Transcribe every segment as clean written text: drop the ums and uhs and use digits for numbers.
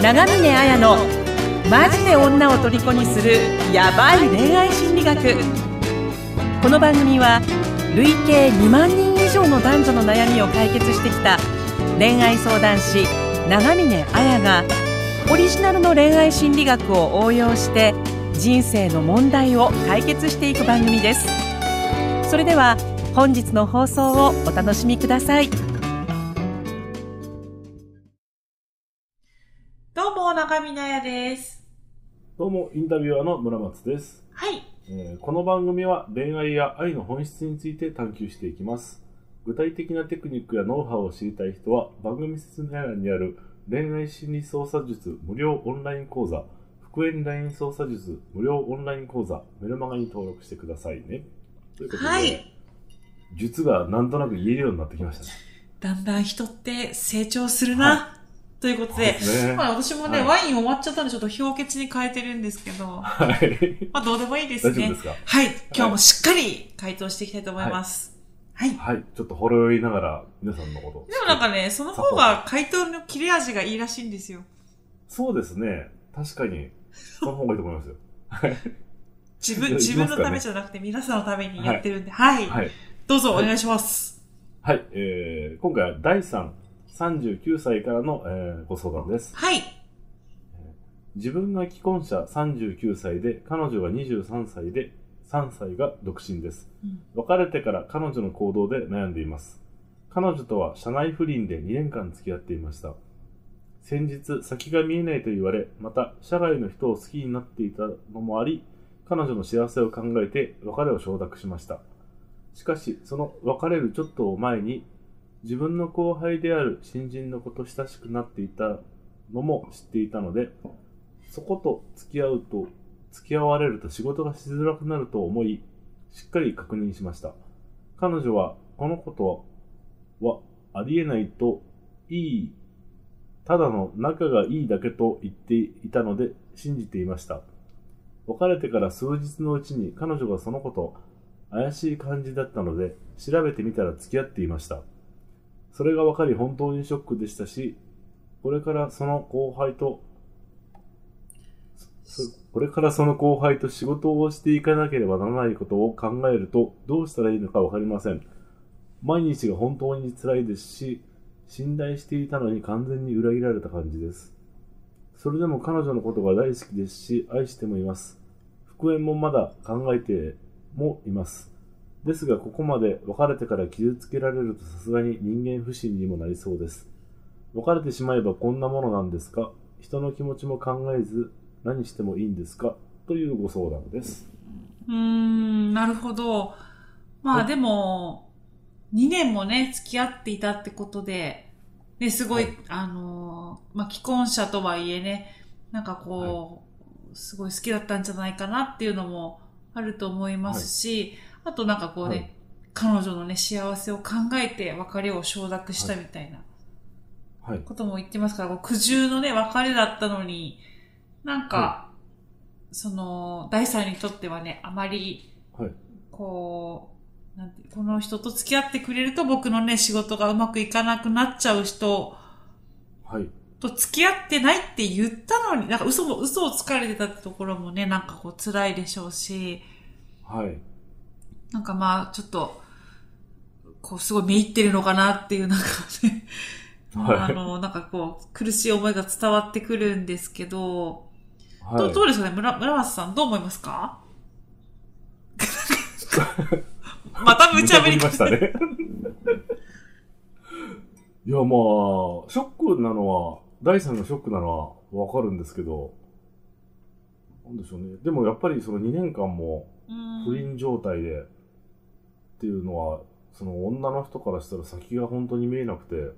長峰彩のマジで女を虜にするヤバい恋愛心理学。この番組は累計2万人以上の男女の悩みを解決してきた恋愛相談師長峰彩がオリジナルの恋愛心理学を応用して人生の問題を解決していく番組です。それでは本日の放送をお楽しみください。 どうも長峰彩です。 どうもインタビュアーの村松です。 はい、 この番組は恋愛や愛の本質について探求していきます。具体的なテクニックやノウハウを知りたい人は番組説明欄にある恋愛心理操作術無料オンライン講座、復縁 LINE 操作術無料オンライン講座メルマガに登録してくださいね。ということで、はい、術がなんとなく言えるようになってきましたね。だんだん人って成長するな、はい、ということで、私もね、ワイン終わっちゃったんでちょっと氷結に変えてるんですけど、はい、どうでもいいですね。 大丈夫ですか？ はい、今日もしっかり回答していきたいと思います。はい。 はい。ちょっとほろ酔いながら皆さんのこと。 でもなんかね、その方が回答の切れ味がいいらしいんですよ。 そうですね。確かに、その方がいいと思いますよ。 自分のためじゃなくて皆さんのためにやってるんで、はい。はい。どうぞお願いします。 はい。今回は第39歳からの、ご相談です。 はい。 自分が既婚者39歳で、彼女が23歳で、3歳が独身です。別れてから彼女の行動で悩んでいます。彼女とは社内不倫で2年間付き合っていました。先日先が見えないと言われ、また社外の人を好きになっていたのもあり、彼女の幸せを考えて別れを承諾しました。しかしその別れるちょっと前に、自分の後輩である新人の子と親しくなっていたのも知っていたので、そこと付き合われると仕事がしづらくなると思い、しっかり確認しました。彼女はこのことはありえないとただの仲がいいだけと言っていたので信じていました。別れてから数日のうちに彼女がそのこと怪しい感じだったので調べてみたら付き合っていました。それが分かり本当にショックでしたし、これからその後輩と仕事をしていかなければならないことを考えるとどうしたらいいのかわかりません。毎日が本当に辛いですし、信頼していたのに完全に裏切られた感じです。それでも彼女のことが大好きですし、愛してもいます。復縁もまだ考えてもいます。ですがここまで別れてから傷つけられるとさすがに人間不信にもなりそうです。別れてしまえばこんなものなんですか？人の気持ちも考えず何してもいいんですか？というご相談です。 なるほど。まあでも、2年もね、付き合っていたってことで、ね、すごい、既婚者とはいえね、なんかこう、すごい好きだったんじゃないかなっていうのもあると思いますし、あとなんかこうね、彼女のね、幸せを考えて別れを承諾したみたいな、ことも言ってますから、苦渋のね、別れだったのに、なんか、その、第三にとってはね、あまり、この人と付き合ってくれると僕のね、仕事がうまくいかなくなっちゃう人、と付き合ってないって言ったのに、なんか嘘をつかれてたってところもね、なんかこう辛いでしょうし、なんかまあ、ちょっと、こう、すごいめいってるのかなっていう、なんかね、なんかこう、苦しい思いが伝わってくるんですけど、どうですかね、村松さん、どう思いますか？また無茶ぶりましたね。いや、まあ、ショックなのは、第三のショックなのはわかるんですけど、なんでしょうね。でもやっぱりその2年間も不倫状態でっていうのは、その女の人からしたら先が本当に見えなくて、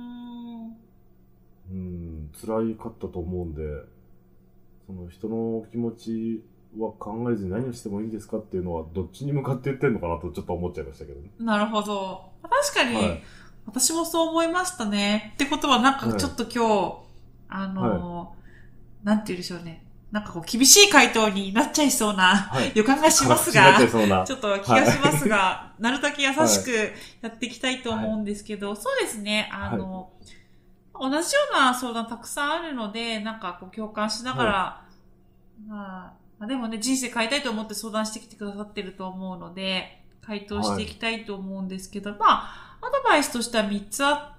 辛いかったと思うんで、その人の気持ちは考えずに何をしてもいいんですかっていうのはどっちに向かって言ってんのかなとちょっと思っちゃいましたけどね。 なるほど。確かに、私もそう思いましたね。ってことはなんかちょっと今日、なんて言うんでしょうね。なんかこう厳しい回答になっちゃいそうな予感がしますが、ちょっと気がしますが、なるだけ優しくやっていきたいと思うんですけど、そうですね。 同じような相談たくさんあるので、なんかこう共感しながら、まあでもね、人生変えたいと思って相談してきてくださってると思うので、回答していきたいと思うんですけど、まあ、アドバイスとしては3つあって、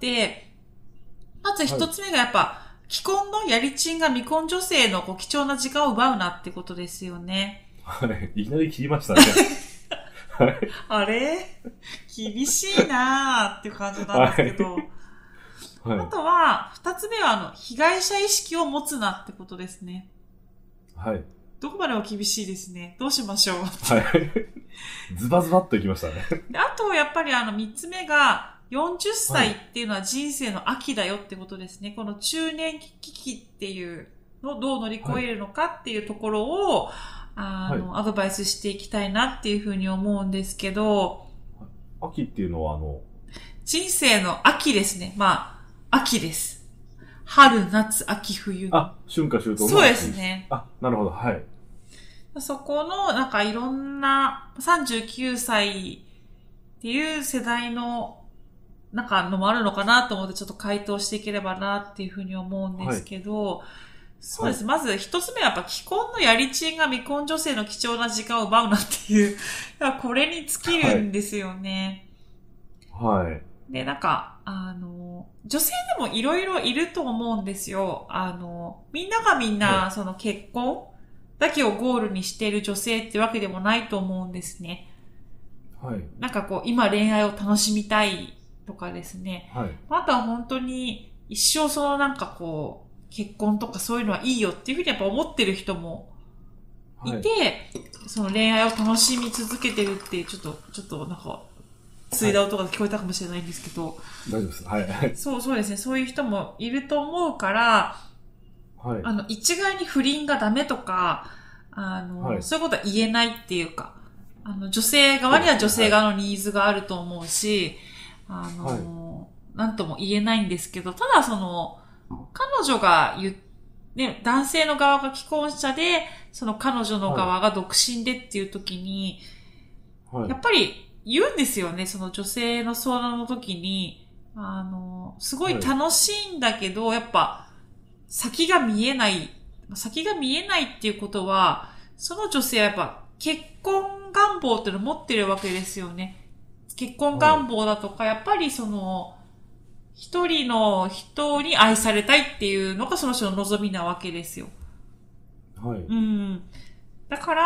まず1つ目がやっぱ、既婚のやりちんが未婚女性のこう貴重な時間を奪うなってことですよね。 はい。いきなり切りましたね。はい。 あれ厳しいなーっていう感じなんですけど。はい、あとは、2つ目は被害者意識を持つなってことですね。 はい。 どこまでも厳しいですね。どうしましょう。 はい。ズバズバっといきましたね。 あと、やっぱり3つ目が、40歳っていうのは人生の秋だよってことですね。はい、この中年危機っていうのをどう乗り越えるのかっていうところを、アドバイスしていきたいなっていうふうに思うんですけど。 秋っていうのは人生の秋ですね。まあ、秋です。春、夏、秋、冬。 春夏秋冬の。 そうですね。 なるほど。はい。 そこの、なんかいろんな、39歳っていう世代の、なんかのもあるのかなと思ってちょっと回答していければなっていうふうに思うんですけど、そうです。まず一つ目はやっぱ既婚のやりちんが未婚女性の貴重な時間を奪うなっていう、これに尽きるんですよね。 はい。 で、なんか、女性でもいろいろいると思うんですよ。みんながみんな、その結婚だけをゴールにしている女性ってわけでもないと思うんですね。 はい。 なんかこう、今恋愛を楽しみたいとかですね。 はい。 あとは本当に一生そのなんかこう、結婚とかそういうのはいいよっていうふうにやっぱ思ってる人もいて、はい、その恋愛を楽しみ続けてるっていう、ちょっとなんか、ついだ音が聞こえたかもしれないんですけど。 大丈夫です。はい。 そうですね。そういう人もいると思うから、はい。一概に不倫がダメとか、はい、そういうことは言えないっていうか、女性側には女性側のニーズがあると思うし、なんとも言えないんですけど、ただ彼女がね、男性の側が既婚者で、その彼女の側が独身でっていう時に、やっぱり言うんですよね、その女性の相談の時に、すごい楽しいんだけど、やっぱ、先が見えないっていうことは、その女性はやっぱ結婚願望っていうのを持ってるわけですよね。結婚願望だとか、やっぱり一人の人に愛されたいっていうのがその人の望みなわけですよ。 はい。 だから、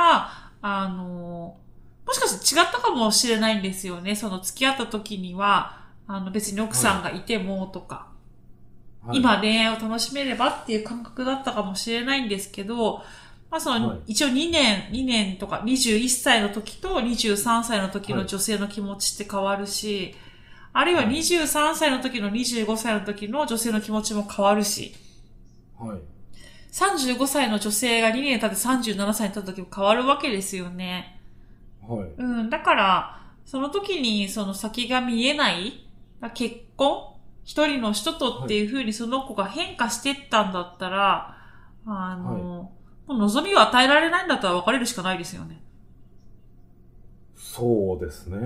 もしかして違ったかもしれないんですよね。その付き合った時には、別に奥さんがいてもとか、はい、今恋愛を楽しめればっていう感覚だったかもしれないんですけど、まあ一応2年とか21歳の時と23歳の時の女性の気持ちって変わるし、あるいは23歳の時の25歳の時の女性の気持ちも変わるし、 はい、 35歳の女性が2年経って37歳に経った時も変わるわけですよね。 はい。 だから、その時にその先が見えない、結婚一人の人とっていう風にその子が変化していったんだったら、もう望みを与えられないんだったら別れるしかないですよね。 そうですね。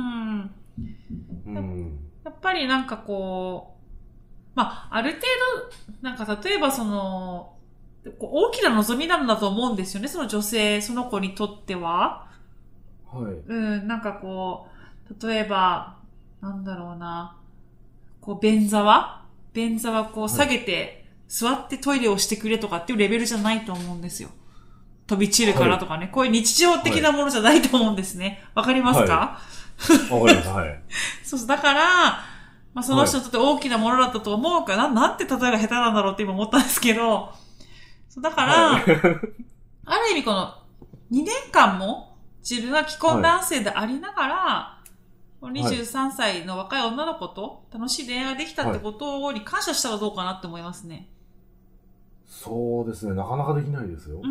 やっぱりなんかこう、まあ、ある程度、なんか例えば大きな望みなんだと思うんですよね、その女性、その子にとっては。 はい。 なんかこう、例えば、なんだろうな、こう、便座はこう下げて、座ってトイレをしてくれとかっていうレベルじゃないと思うんですよ。飛び散るからとかね、こういう日常的なものじゃないと思うんですね。わかりますか？ わかります、はい。 そうだから、まあその人にとって大きなものだったと思うから、なんて例えが下手なんだろうって今思ったんですけど、そうだから、ある意味この2年間も自分は既婚男性でありながら、23歳の若い女の子と楽しい恋愛ができたってことに感謝したらどうかなって思いますね。 そうですね。なかなかできないですよ。はい。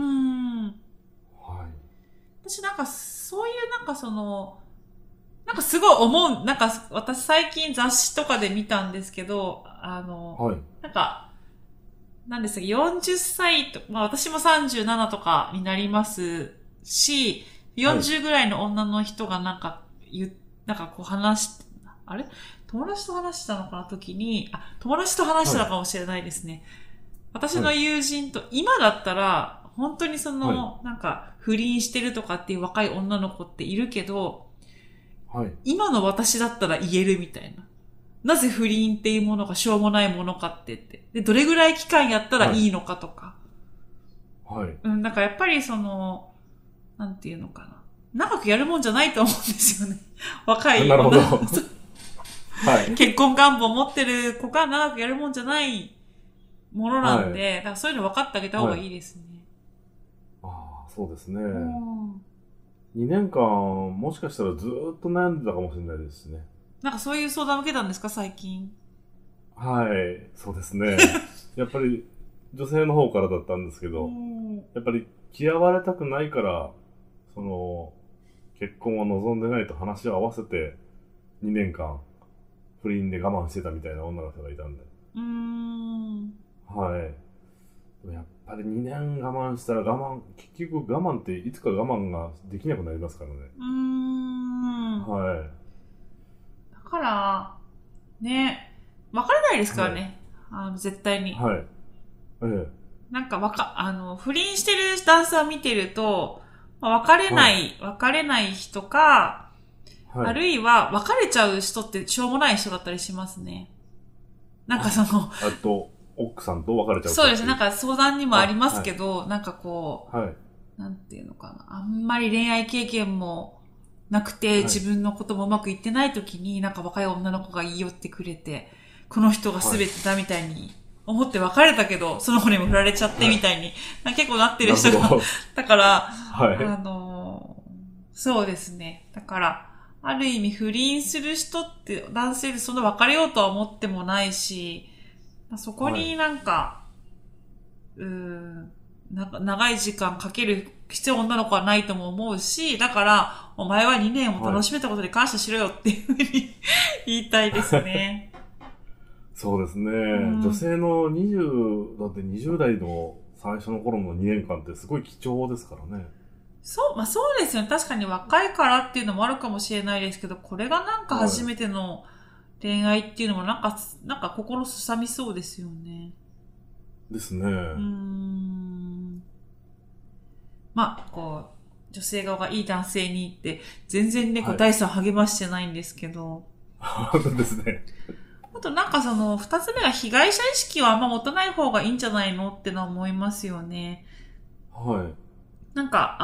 私なんか、そういうなんかなんかすごい思う、なんか私最近雑誌とかで見たんですけど、なんか、なんですか、40歳と、まあ私も37とかになりますし、40ぐらいの女の人がなんかこう話して、 友達と話したのかな時に、友達と話したのかもしれないですね。私の友人と、今だったら、本当になんか、不倫してるとかっていう若い女の子っているけど、今の私だったら言えるみたいな。なぜ不倫っていうものがしょうもないものかって言って。で、どれぐらい期間やったらいいのかとか。なんかやっぱりなんていうのかな。長くやるもんじゃないと思うんですよね。若い。 なるほど。 結婚願望を持ってる子が長くやるもんじゃないものなんで、だからそういうの分かってあげた方がいいですね。 そうですね。2年間、もしかしたらずーっと悩んでたかもしれないですしね。 なんかそういう相談を受けたんですか、最近。 そうですね。やっぱり女性の方からだったんですけど、やっぱり嫌われたくないから、結婚を望んでないと話を合わせて、2年間、不倫で我慢してたみたいな女の人がいたんで。やっぱり2年我慢したら結局我慢っていつか我慢ができなくなりますからね。 だから、ね、別れないですからね。絶対に。なんか不倫してる男性を見てると、別れない人か、あるいは別れちゃう人ってしょうもない人だったりしますね。なんか奥さんと別れちゃう。 そうですね。なんか相談にもありますけど、なんかこう、なんていうのかな。あんまり恋愛経験もなくて、自分のこともうまくいってない時に、なんか若い女の子が言い寄ってくれて、この人が全てだみたいに思って別れたけど、その子にも振られちゃってみたいに、結構なってる人が、だから、そうですね。だから、ある意味不倫する人って男性でそんな別れようとは思ってもないし、そこになんか、なんか長い時間かける必要女の子はないとも思うし、だから、お前は2年を楽しめたことで感謝しろよっていうふうに言いたいですね。 そうですね。女性のだって20代の最初の頃の2年間ってすごい貴重ですからね。 そうですよね。確かに若いからっていうのもあるかもしれないですけど、これがなんか初めての恋愛っていうのもなんか心すさみそうですよね。 ですね。 女性側がいい男性にって、全然ね、第三励ましてないんですけど。 そうですね。 あとなんか二つ目が被害者意識はあんま持たない方がいいんじゃないのってのは思いますよね。なんか、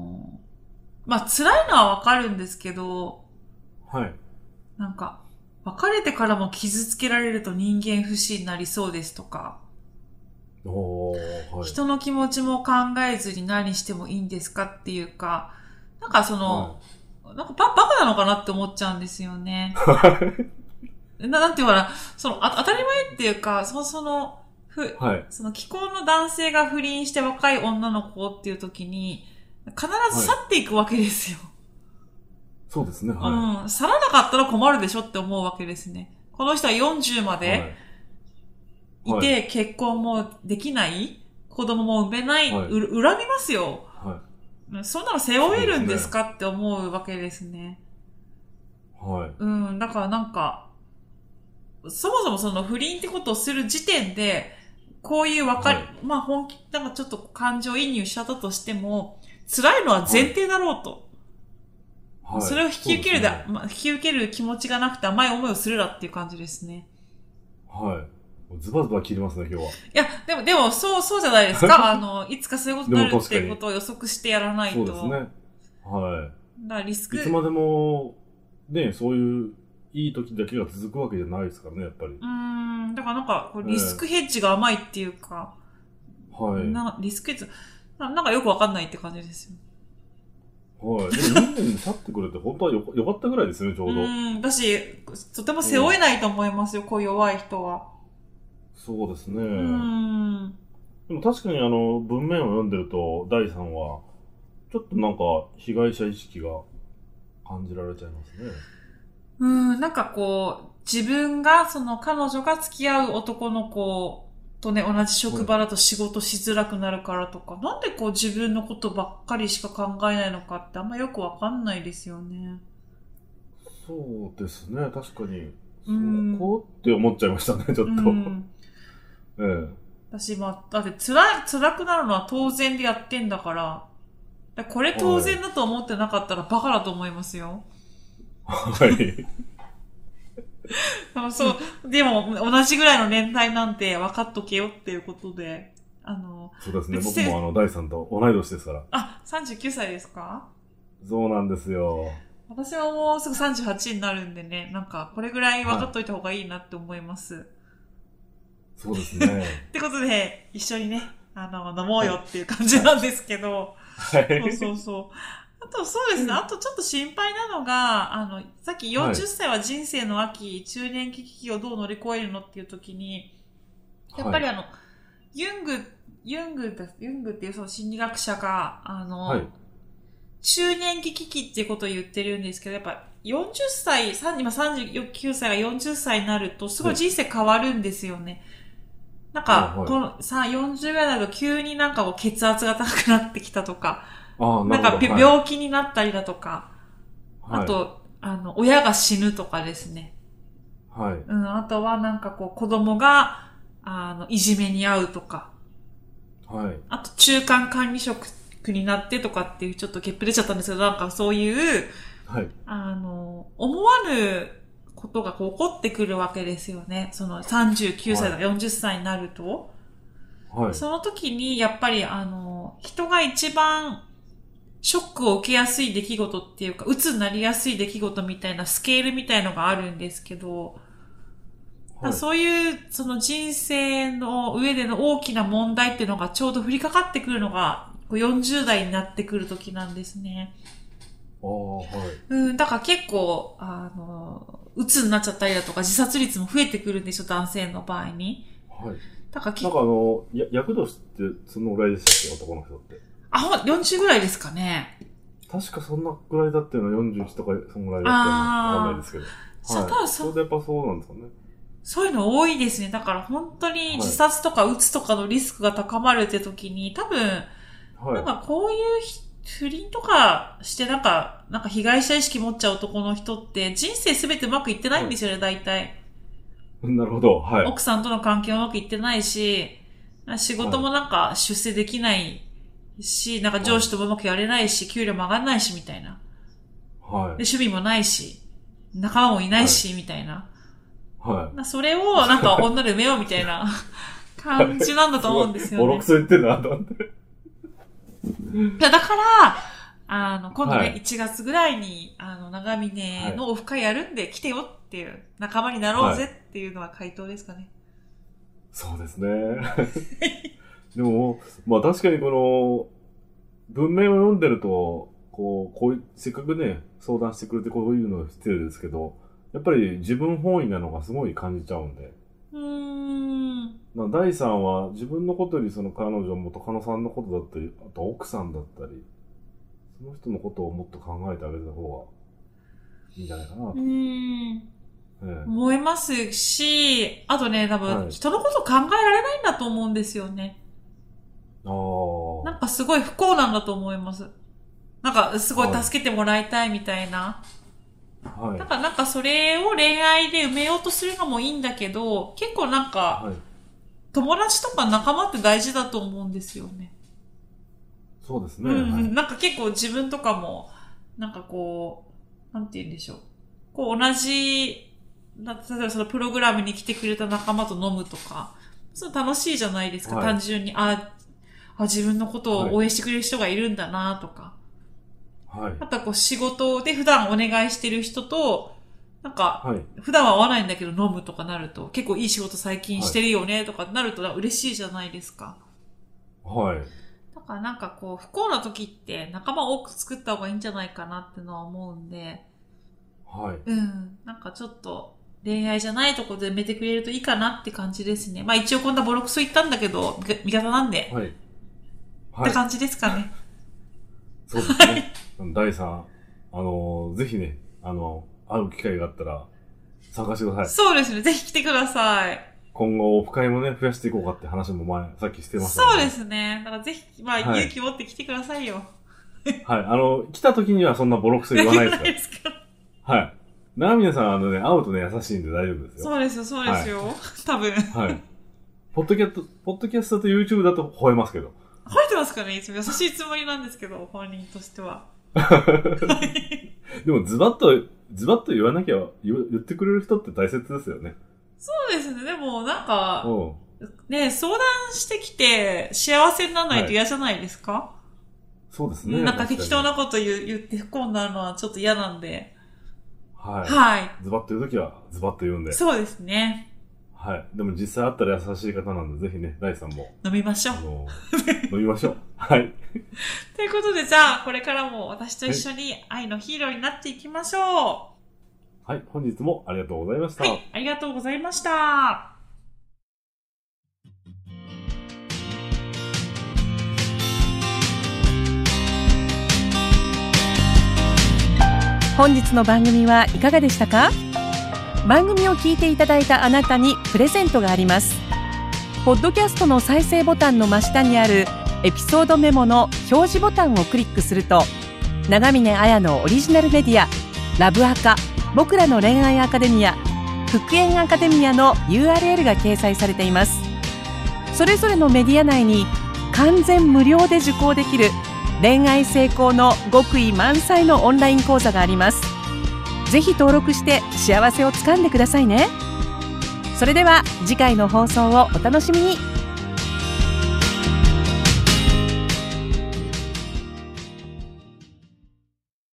辛いのはわかるんですけど、なんか、別れてからも傷つけられると人間不信になりそうですとか、人の気持ちも考えずに何してもいいんですかっていうか、なんかなんかバカなのかなって思っちゃうんですよね。なんていうかな、当たり前っていうか、既婚の男性が不倫して若い女の子っていう時に、必ず去っていくわけですよ。 そうですね。 去らなかったら困るでしょって思うわけですね。この人は40までいて、結婚もできない、子供も産めない、恨みますよ。そんなの背負えるんですかって思うわけですね。だからなんか、そもそも不倫ってことをする時点で、こういう本気、なんかちょっと感情移入しちゃったとしても、辛いのは前提だろうと。それを引き受ける気持ちがなくて甘い思いをするなっていう感じですね。 ズバズバ切りますね、今日は。 いや、でも、そうじゃないですか。いつかそういうことになるっていうことを予測してやらないと。 そうですね。 だからリスク。 いつまでも、ね、そういう、いい時だけが続くわけじゃないですからね、やっぱり。 だからなんか、リスクヘッジが甘いっていうか、リスクヘッジ、なんかよくわかんないって感じですよ。 でも人間に去ってくれて本当はよかったぐらいですね、ちょうど。 だし、とても背負えないと思いますよ、こういう弱い人は。 そうですね。でも確かに文面を読んでると、第3は、ちょっとなんか、被害者意識が感じられちゃいますね。 なんか自分が、彼女が付き合う男の子とね、同じ職場だと仕事しづらくなるからとか、なんで自分のことばっかりしか考えないのかってあんまよくわかんないですよね。 そうですね、確かに。 こうって思っちゃいましたね、ちょっと。ええ。 私も、だって辛くなるのは当然でやってんだから、これ当然だと思ってなかったらバカだと思いますよ。 はい。 そう、でも同じぐらいの年代なんて分かっとけよっていうことで、 そうですね、僕も大さんと同い年ですから。 あ、39歳ですか？ そうなんですよ。 私はもうすぐ38になるんでね、なんかこれぐらい分かっといた方がいいなって思います。はい、 そうですね。 ってことで、一緒にね、飲もうよっていう感じなんですけど、 はい。 そう。あとそうですね、あとちょっと心配なのが、さっき40歳は人生の秋、中年期危機をどう乗り越えるのっていう時に、やっぱりユングっていうその心理学者が、 はい、 中年期危機っていうことを言ってるんですけど、やっぱ40歳、今39歳が40歳になると、すごい人生変わるんですよね。なんか、 はい、 この40ぐらいになると急になんかこう血圧が高くなってきたとか、 なんか病気になったりだとか、 はい、 あと、親が死ぬとかですね。 はい。 あとはなんかこう子供が、いじめに遭うとか。 はい。 あと中間管理職になってとかっていうちょっとゲップ出ちゃったんですけど、なんかそういう、 はい。 思わぬことがこう起こってくるわけですよね。その39歳とか40歳になると。はい。その時にやっぱり人が一番ショックを受けやすい出来事っていうか、鬱になりやすい出来事みたいなスケールみたいのがあるんですけど、はい、そういうその人生の上での大きな問題っていうのがちょうど降りかかってくるのが40代になってくる時なんですね。 はい。 だから結構、鬱になっちゃったりだとか自殺率も増えてくるんでしょ、男性の場合に。 はい。 だからなんか厄年ってそのぐらいでしたっけ、男の人って。 40ぐらいですかね。 確かそんなぐらいだったような、41とかそのぐらいだったような、わかんないですけど。はい。それでやっぱそうなんですかね。 そういうの多いですね。だから本当に自殺とか鬱とかのリスクが高まるって時に、多分、なんかこういう不倫とかしてなんか被害者意識持っちゃう男の人って人生すべてうまくいってないんですよね、大体。 なるほど。はい。 奥さんとの関係うまくいってないし、仕事もなんか出世できないし、なんか上司ともうまくやれないし、給料も上がんないし、みたいな。 はい。 で、趣味もないし、仲間もいないし、みたいな。 はい。 それをなんか女で埋めようみたいな感じなんだと思うんですよね。 ボロクソ言ってんだなと思って。 だから、今度ね、1月ぐらいに、長峰のオフ会やるんで来てよっていう、仲間になろうぜっていうのは回答ですかね。 そうですね。でも、まあ確かにこの、文面を読んでると、せっかくね、相談してくれてこういうのをしてるんですけど、やっぱり自分本位なのがすごい感じちゃうんで。第3は自分のことよりその彼女元カノさんのことだったり、あと奥さんだったり、その人のことをもっと考えてあげた方がいいんじゃないかなと。 思いますし、あとね、多分、人のこと考えられないんだと思うんですよね。なんかすごい不幸なんだと思います。なんかすごい助けてもらいたいみたいな。はい。だからなんかそれを恋愛で埋めようとするのもいいんだけど、結構なんか、友達とか仲間って大事だと思うんですよね。 そうですね。 なんか結構自分とかも、なんかなんて言うんでしょう。同じ、例えばそのプログラムに来てくれた仲間と飲むとか、そう楽しいじゃないですか、単純に。自分のことを応援してくれる人がいるんだなとか。はい。あとは仕事で普段お願いしてる人と、なんか、普段は会わないんだけど飲むとかなると、結構いい仕事最近してるよねとかなると嬉しいじゃないですか。 はい。 だからなんか不幸な時って仲間を多く作った方がいいんじゃないかなってのは思うんで。 はい。 なんかちょっと恋愛じゃないところで埋めてくれるといいかなって感じですね。まあ一応こんなボロクソ言ったんだけど、味方なんで。はい。って感じですかね。 そうですね。第3、ぜひね、会う機会があったら参加してください。 そうですね。ぜひ来てください。 今後オフ会もね、増やしていこうかって話もさっきしてましたね。そうですね。だからぜひ、勇気持って来てくださいよ。 はい。来た時にはそんなボロクソ言わないですから。はい。 長峰さん会うとね、優しいんで大丈夫ですよ。 そうですよ、そうですよ。多分。 はい。ポッドキャストと YouTube だと吠えますけど。 吠えてますかね？いつも優しいつもりなんですけど、本人としては。 でもズバッと言わなきゃ言ってくれる人って大切ですよね。 そうですね。でもなんか、ね、相談してきて幸せにならないと嫌じゃないですか？はい、 そうですね。 なんか適当なこと言って不幸になるのはちょっと嫌なんで。 はい。 はい。 ズバッと言うときはズバッと言うんで。 そうですね。 はい。でも実際会ったら優しい方なんで、ぜひね、第3も。 飲みましょう。 飲みましょう。はい。 ということで、じゃあ、これからも私と一緒に愛のヒーローになっていきましょう。はい。本日もありがとうございました。 はい。ありがとうございました。 本日の番組はいかがでしたか？番組を聞いていただいたあなたにプレゼントがあります。ポッドキャストの再生ボタンの真下にあるエピソードメモの表示ボタンをクリックすると、長峰彩のオリジナルメディアラブアカ、僕らの恋愛アカデミア、復縁アカデミアの URL が掲載されています。それぞれのメディア内に完全無料で受講できる恋愛成功の極意満載のオンライン講座があります。ぜひ登録して幸せをつかんでくださいね。それでは次回の放送をお楽しみに。